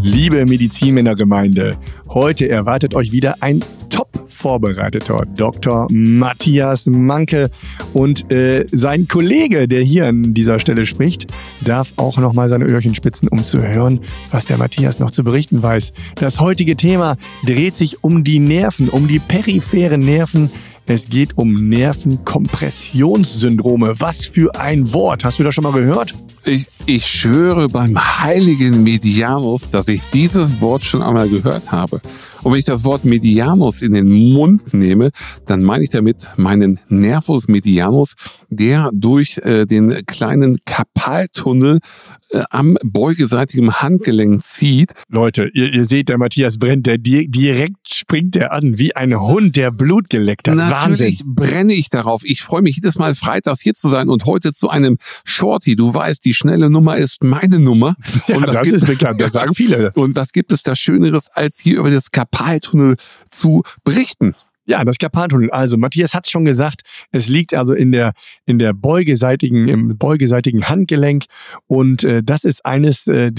Liebe Medizinmännergemeinde, heute erwartet euch wieder ein top vorbereiteter Dr. Matthias Manke und sein Kollege, der hier an dieser Stelle spricht, darf auch nochmal seine Öhrchen spitzen, um zu hören, was der Matthias noch zu berichten weiß. Das heutige Thema dreht sich um die Nerven, um die peripheren Nerven. Es geht um Nervenkompressionssyndrome. Was für ein Wort. Hast du das schon mal gehört? Ich schwöre beim heiligen Medianus, dass ich dieses Wort schon einmal gehört habe. Und wenn ich das Wort Medianus in den Mund nehme, dann meine ich damit meinen Nervus medianus, der durch den kleinen Karpaltunnel am beugeseitigen Handgelenk zieht. Leute, ihr seht, der Matthias brennt, direkt springt er an, wie ein Hund, der Blut geleckt hat. Natürlich brenne ich darauf. Ich freue mich jedes Mal, freitags hier zu sein und heute zu einem Shorty. Du weißt, die schnelle Nummer ist meine Nummer. Ja, und das ist bekannt, das sagen viele. Und was gibt es da Schöneres, als hier über das Karpaltunnel zu berichten? Ja, das Karpaltunnel. Also Matthias hat es schon gesagt, es liegt also im beugeseitigen Handgelenk und das ist eine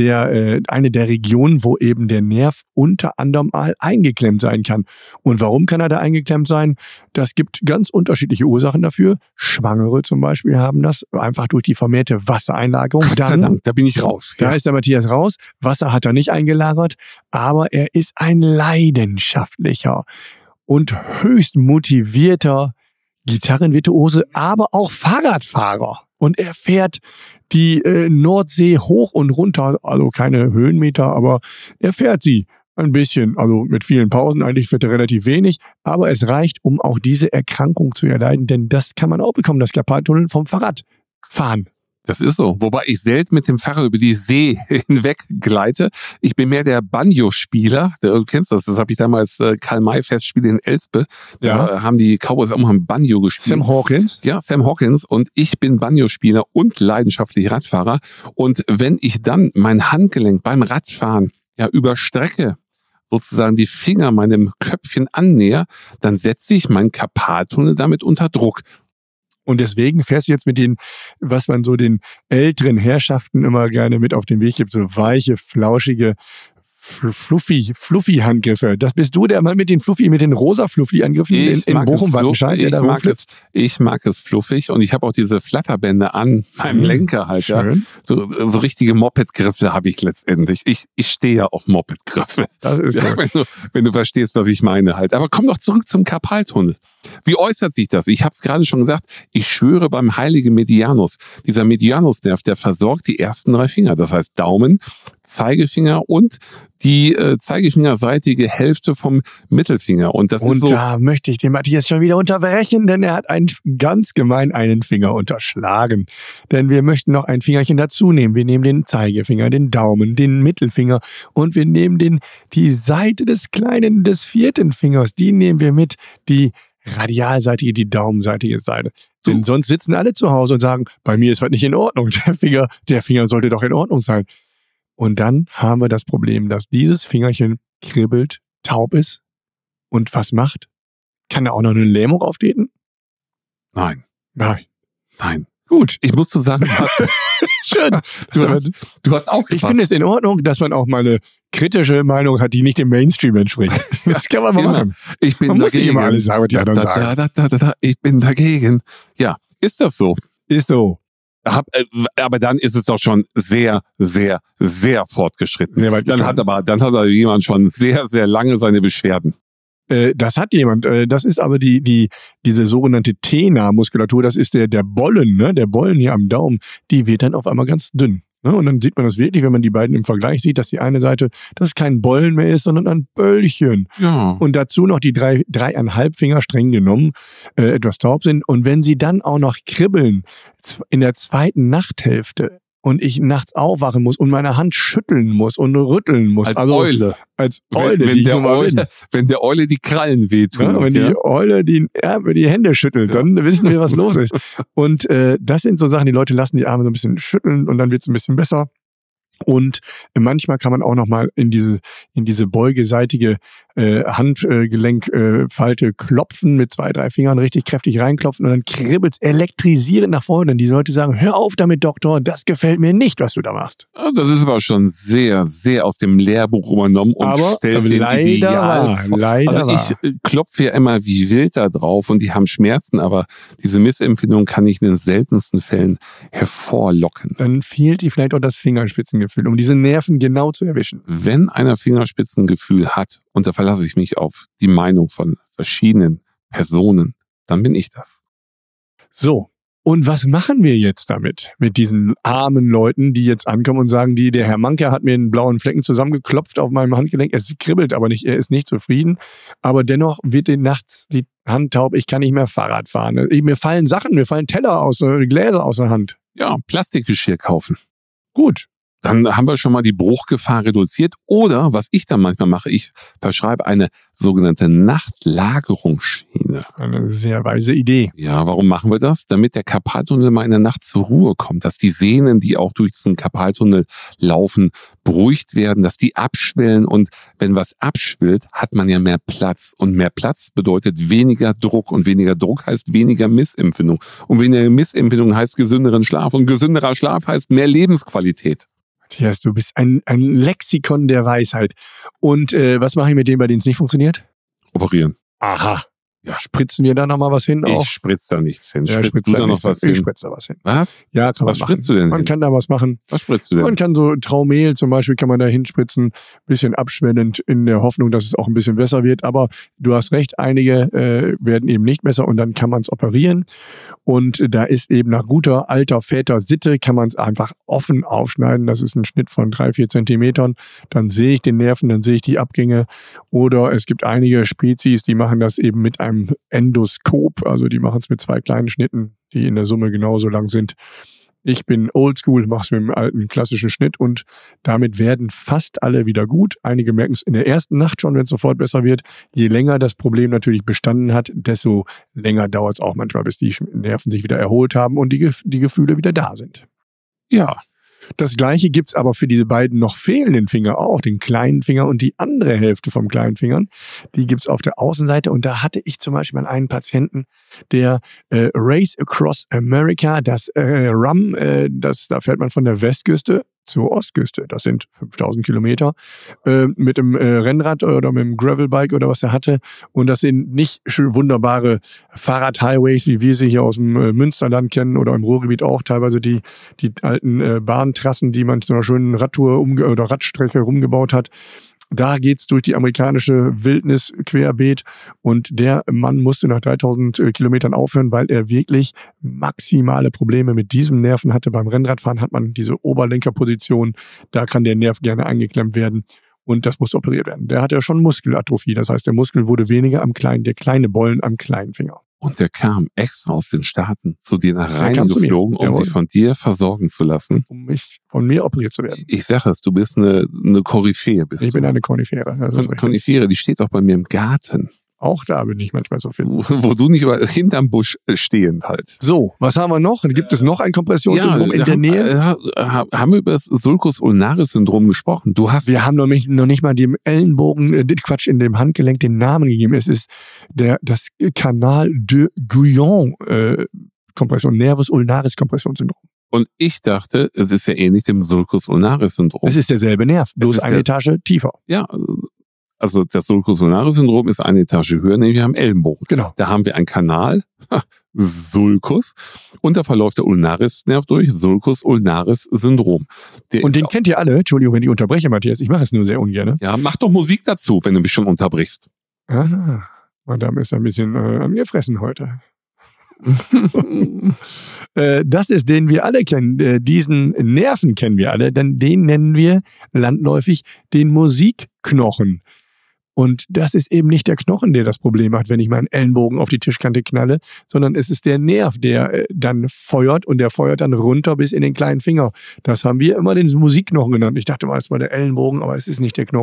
der Regionen, wo eben der Nerv unter anderem mal eingeklemmt sein kann. Und warum kann er da eingeklemmt sein? Das gibt ganz unterschiedliche Ursachen dafür. Schwangere zum Beispiel haben das, einfach durch die vermehrte Wassereinlagerung. Gott sei Dank, da bin ich raus. Da ist der Matthias raus. Wasser hat er nicht eingelagert, aber er ist ein leidenschaftlicher und höchst motivierter Gitarrenvirtuose, aber auch Fahrradfahrer. Und er fährt die Nordsee hoch und runter, also keine Höhenmeter, aber er fährt sie ein bisschen, also mit vielen Pausen, eigentlich fährt er relativ wenig, aber es reicht, um auch diese Erkrankung zu erleiden, denn das kann man auch bekommen, das Karpaltunnel vom Fahrradfahren. Das ist so. Wobei ich selten mit dem Fahrrad über die See hinweg gleite. Ich bin mehr der Banjo-Spieler. Du kennst das. Das habe ich damals Karl-May-Festspiele in Elspe. Da haben die Cowboys auch mal ein Banjo gespielt. Sam Hawkins? Ja, Sam Hawkins. Und ich bin Banjo-Spieler und leidenschaftlich Radfahrer. Und wenn ich dann mein Handgelenk beim Radfahren überstrecke, sozusagen die Finger meinem Köpfchen annäher, dann setze ich meinen Karpaltunnel damit unter Druck. Und deswegen fährst du jetzt mit den, was man so den älteren Herrschaften immer gerne mit auf den Weg gibt, so weiche, flauschige, Fluffy-Handgriffe. Das bist du, der mal mit den rosa Fluffy-Angriffen in Bochum-Wattenscheid, der da rumflitzt? Ich mag es fluffig und ich habe auch diese Flatterbänder an meinem Lenker halt. Schön. Ja. So richtige Moped-Griffe habe ich letztendlich. Ich stehe ja auf Moped-Griffe. Das ist ja, wenn du verstehst, was ich meine halt. Aber komm doch zurück zum Karpaltunnel. Wie äußert sich das? Ich habe es gerade schon gesagt, ich schwöre beim heiligen Medianus. Dieser Medianusnerv, der versorgt die ersten 3 Finger. Das heißt Daumen, Zeigefinger und die zeigefingerseitige Hälfte vom Mittelfinger. Und da möchte ich den Matthias schon wieder unterbrechen, denn er hat ganz gemein einen Finger unterschlagen. Denn wir möchten noch ein Fingerchen dazu nehmen. Wir nehmen den Zeigefinger, den Daumen, den Mittelfinger und wir nehmen die Seite des 4. Fingers. Die nehmen wir mit, die radialseitige, die daumenseitige Seite. Denn sonst sitzen alle zu Hause und sagen, bei mir ist was nicht in Ordnung. Der Finger sollte doch in Ordnung sein. Und dann haben wir das Problem, dass dieses Fingerchen kribbelt, taub ist und was macht? Kann da auch noch eine Lähmung auftreten? Nein. Gut. Ich muss zu sagen, schön. Du hast auch gepasst. Ich finde es in Ordnung, dass man auch mal eine kritische Meinung hat, die nicht dem Mainstream entspricht. Das kann man mal machen. Ich bin man dagegen. Muss nicht immer alles sagen, was die anderen sagen. Ich bin dagegen. Ja, ist das so? Ist so. Aber dann ist es doch schon sehr, sehr, sehr fortgeschritten. Sehr weit dann hat aber jemand schon sehr, sehr lange seine Beschwerden. Das hat jemand. Das ist aber diese sogenannte Tena-Muskulatur. Das ist der Bollen, ne? Der Bollen hier am Daumen. Die wird dann auf einmal ganz dünn. Ne? Und dann sieht man das wirklich, wenn man die beiden im Vergleich sieht, dass die eine Seite, das kein Bollen mehr ist, sondern ein Böllchen. Ja. Und dazu noch die 3,5 Finger streng genommen etwas taub sind. Und wenn sie dann auch noch kribbeln in der zweiten Nachthälfte, und ich nachts aufwachen muss und meine Hand schütteln muss und rütteln muss. Als Eule. Als Eule, wenn der Eule die Krallen wehtun. Ja, wenn die Eule die Hände schüttelt, dann wissen wir, was los ist. Und das sind so Sachen, die Leute lassen die Arme so ein bisschen schütteln und dann wird es ein bisschen besser. Und manchmal kann man auch nochmal in diese beugeseitige Handgelenkfalte klopfen mit 2, 3 Fingern, richtig kräftig reinklopfen und dann kribbelt's elektrisierend nach vorne. Und die Leute sagen, hör auf damit, Doktor, das gefällt mir nicht, was du da machst. Das ist aber schon sehr, sehr aus dem Lehrbuch übernommen und aber stellt den Ideal vor. Also ich klopfe ja immer wie wild da drauf und die haben Schmerzen, aber diese Missempfindung kann ich in den seltensten Fällen hervorlocken. Dann fehlt dir vielleicht auch das Fingerspitzengefühl, um diese Nerven genau zu erwischen. Wenn einer Fingerspitzengefühl hat, und da verlasse ich mich auf die Meinung von verschiedenen Personen, dann bin ich das. So, und was machen wir jetzt damit? Mit diesen armen Leuten, die jetzt ankommen und sagen, der Herr Manke hat mir einen blauen Flecken zusammengeklopft auf meinem Handgelenk. Es kribbelt aber nicht, er ist nicht zufrieden. Aber dennoch wird ihm nachts die Hand taub, ich kann nicht mehr Fahrrad fahren. Mir fallen Sachen, mir fallen Teller Gläser aus der Hand. Ja, Plastikgeschirr kaufen. Gut. Dann haben wir schon mal die Bruchgefahr reduziert. Oder, was ich dann manchmal mache, ich verschreibe eine sogenannte Nachtlagerungsschiene. Eine sehr weise Idee. Ja, warum machen wir das? Damit der Karpaltunnel mal in der Nacht zur Ruhe kommt, dass die Venen, die auch durch diesen Karpaltunnel laufen, beruhigt werden, dass die abschwellen. Und wenn was abschwillt, hat man ja mehr Platz. Und mehr Platz bedeutet weniger Druck. Und weniger Druck heißt weniger Missempfindung. Und weniger Missempfindung heißt gesünderen Schlaf. Und gesünderer Schlaf heißt mehr Lebensqualität. Matthias, du bist ein Lexikon der Weisheit. Und was mache ich mit denen, bei denen es nicht funktioniert? Operieren. Aha. Ja. Spritzen wir da nochmal was hin? Ich spritze da nichts hin. Ja, spritzt du da noch was hin? Ich spritze da was hin. Was? Ja, kann man was machen. Spritzt du denn Man hin? kann da was machen. Was spritzt du denn? Man kann so Traumehl zum Beispiel kann man da hinspritzen, bisschen abschwellend in der Hoffnung, dass es auch ein bisschen besser wird. Aber du hast recht, einige werden eben nicht besser und dann kann man es operieren. Und da ist eben nach guter alter Väter-Sitte kann man es einfach offen aufschneiden. Das ist ein Schnitt von 3, 4 Zentimetern. Dann sehe ich den Nerven, dann sehe ich die Abgänge. Oder es gibt einige Spezies, die machen das eben mit einem Endoskop. Also die machen es mit 2 kleinen Schnitten, die in der Summe genauso lang sind. Ich bin oldschool, mache es mit einem alten klassischen Schnitt und damit werden fast alle wieder gut. Einige merken es in der ersten Nacht schon, wenn es sofort besser wird. Je länger das Problem natürlich bestanden hat, desto länger dauert es auch manchmal, bis die Nerven sich wieder erholt haben und die Gefühle wieder da sind. Ja. Das Gleiche gibt's aber für diese beiden noch fehlenden Finger auch, den kleinen Finger und die andere Hälfte vom kleinen Fingern. Die gibt's auf der Außenseite und da hatte ich zum Beispiel mal einen Patienten, der Race Across America, das RAM, da fährt man von der Westküste zur Ostküste. Das sind 5000 Kilometer mit dem Rennrad oder mit dem Gravelbike oder was er hatte. Und das sind nicht wunderbare Fahrradhighways, wie wir sie hier aus dem Münsterland kennen oder im Ruhrgebiet auch. Teilweise die alten Bahntrassen, die man zu einer schönen Radtour oder Radstrecke rumgebaut hat. Da geht's durch die amerikanische Wildnis querbeet und der Mann musste nach 3000 Kilometern aufhören, weil er wirklich maximale Probleme mit diesem Nerven hatte. Beim Rennradfahren hat man diese Oberlenkerposition, da kann der Nerv gerne eingeklemmt werden und das muss operiert werden. Der hat ja schon Muskelatrophie, das heißt, der Muskel wurde weniger am kleinen, der kleine Bollen am kleinen Finger. Und der kam extra aus den Staaten zu dir nach Rhein geflogen, um sich von dir versorgen zu lassen. Um von mir operiert zu werden. Ich sage es, du bist eine Koryphäe. Ich bin eine Konifere. Konifere, die steht auch bei mir im Garten. Auch da bin ich manchmal so fit. Wo du nicht hinterm Busch stehend halt. So, was haben wir noch? Gibt es noch ein Kompressionssyndrom in der Nähe? Haben wir über das Sulcus ulnaris Syndrom gesprochen? Wir haben noch nicht mal dem Ellenbogen, in dem Handgelenk den Namen gegeben. Es ist das Canal de Guyon Kompression, Nervus ulnaris Kompressionssyndrom. Und ich dachte, es ist ja ähnlich dem Sulcus ulnaris Syndrom. Es ist derselbe Nerv, bloß eine Etage tiefer. Ja, also das Sulcus ulnaris Syndrom ist eine Etage höher, nämlich am Ellenbogen. Genau. Da haben wir einen Kanal, Sulcus, und da verläuft der Ulnaris-Nerv durch, Sulcus ulnaris Syndrom. Und den kennt ihr alle. Entschuldigung, wenn ich unterbreche, Matthias. Ich mache es nur sehr ungern. Ja, mach doch Musik dazu, wenn du mich schon unterbrichst. Ah, Madame ist ein bisschen angefressen heute. Das ist, den wir alle kennen. Diesen Nerven kennen wir alle, denn den nennen wir landläufig den Musikknochen. Und das ist eben nicht der Knochen, der das Problem hat, wenn ich meinen Ellenbogen auf die Tischkante knalle, sondern es ist der Nerv, der dann feuert und der feuert dann runter bis in den kleinen Finger. Das haben wir immer den Musikknochen genannt. Ich dachte mal, es war der Ellenbogen, aber es ist nicht der Knochen.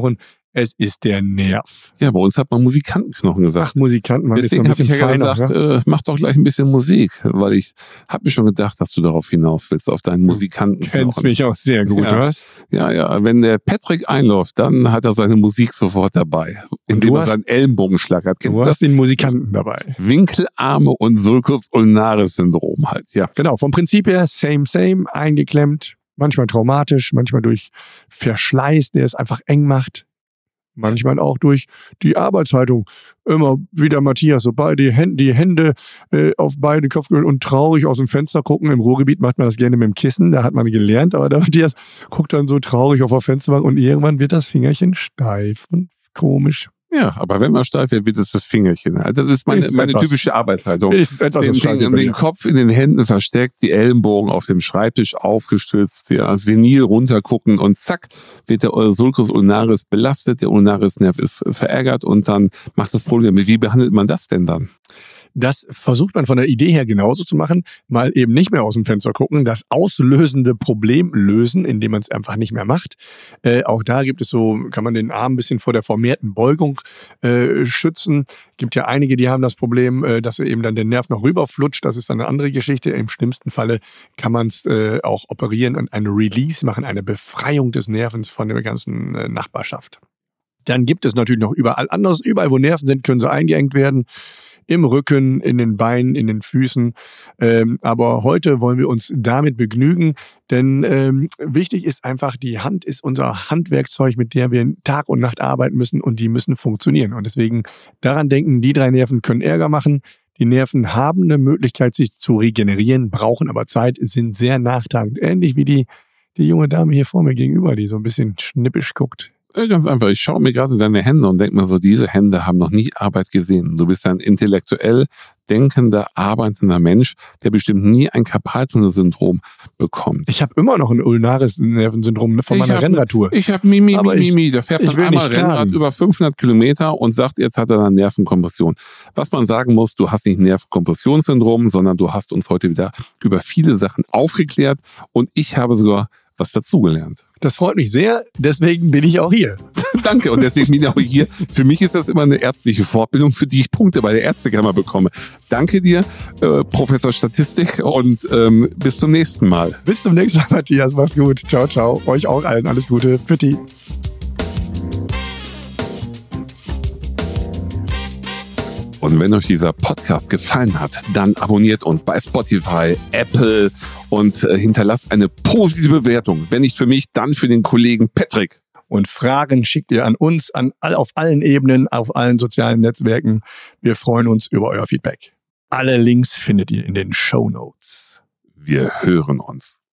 Es ist der Nerv. Ja, bei uns hat man Musikantenknochen gesagt. Ach, Musikanten, man Deswegen ist so ein habe ich ja bisschen gesagt, feiner, mach doch gleich ein bisschen Musik, weil ich habe mir schon gedacht, dass du darauf hinaus willst, auf deinen Musikantenknochen. Kennst mich auch sehr gut, Ja. was? Ja, wenn der Patrick einläuft, dann hat er seine Musik sofort dabei, indem er seinen Ellenbogenschlag hat. Du hast den Musikanten dabei. Winkelarme und Sulcus ulnaris Syndrom halt, ja. Genau, vom Prinzip her same, eingeklemmt, manchmal traumatisch, manchmal durch Verschleiß, der es einfach eng macht. Manchmal auch durch die Arbeitshaltung. Immer wieder Matthias, so die Hände auf beide Kopfhörer und traurig aus dem Fenster gucken. Im Ruhrgebiet macht man das gerne mit dem Kissen, da hat man gelernt. Aber der Matthias guckt dann so traurig auf der Fensterbank und irgendwann wird das Fingerchen steif und komisch. Ja, aber wenn man steif wird, wird es das Fingerchen. Also das ist meine typische Arbeitshaltung. Ist etwas den Kopf in den Händen versteckt, die Ellenbogen auf dem Schreibtisch aufgestützt, ja, senil runtergucken und zack, wird der Sulcus ulnaris belastet, der Ulnarisnerv ist verärgert und dann macht das Problem. Wie behandelt man das denn dann? Das versucht man von der Idee her genauso zu machen, mal eben nicht mehr aus dem Fenster gucken, das auslösende Problem lösen, indem man es einfach nicht mehr macht. Auch da gibt es so, kann man den Arm ein bisschen vor der vermehrten Beugung schützen. Gibt ja einige, die haben das Problem, dass eben dann der Nerv noch rüberflutscht. Das ist dann eine andere Geschichte. Im schlimmsten Falle kann man es auch operieren und eine Release machen, eine Befreiung des Nervens von der ganzen Nachbarschaft. Dann gibt es natürlich noch überall anders. Überall, wo Nerven sind, können sie eingeengt werden. Im Rücken, in den Beinen, in den Füßen. Aber heute wollen wir uns damit begnügen, denn wichtig ist einfach, die Hand ist unser Handwerkszeug, mit der wir Tag und Nacht arbeiten müssen und die müssen funktionieren. Und deswegen daran denken, die 3 Nerven können Ärger machen. Die Nerven haben eine Möglichkeit, sich zu regenerieren, brauchen aber Zeit, sind sehr nachtragend. Ähnlich wie die junge Dame hier vor mir gegenüber, die so ein bisschen schnippisch guckt. Ganz einfach, ich schaue mir gerade deine Hände und denke mir so, diese Hände haben noch nie Arbeit gesehen. Du bist ein intellektuell denkender, arbeitender Mensch, der bestimmt nie ein Carpal-Tunnel-Syndrom bekommt. Ich habe immer noch ein Ulnaris-Nervensyndrom von meiner Rennradtour. Ich habe Mimi. Da fährt man einmal Rennrad über 500 Kilometer und sagt, jetzt hat er eine Nervenkompression. Was man sagen muss, du hast nicht Nervenkompressionssyndrom, sondern du hast uns heute wieder über viele Sachen aufgeklärt und ich habe sogar was dazugelernt. Das freut mich sehr, deswegen bin ich auch hier. Danke, und deswegen bin ich auch hier. Für mich ist das immer eine ärztliche Fortbildung, für die ich Punkte bei der Ärztekammer bekomme. Danke dir, Professor Statistik, und bis zum nächsten Mal. Bis zum nächsten Mal, Matthias. Mach's gut. Ciao, ciao. Euch auch allen alles Gute. Pfitti. Und wenn euch dieser Podcast gefallen hat, dann abonniert uns bei Spotify, Apple und hinterlasst eine positive Bewertung. Wenn nicht für mich, dann für den Kollegen Patrick. Und Fragen schickt ihr an uns, auf allen Ebenen, auf allen sozialen Netzwerken. Wir freuen uns über euer Feedback. Alle Links findet ihr in den Shownotes. Wir hören uns.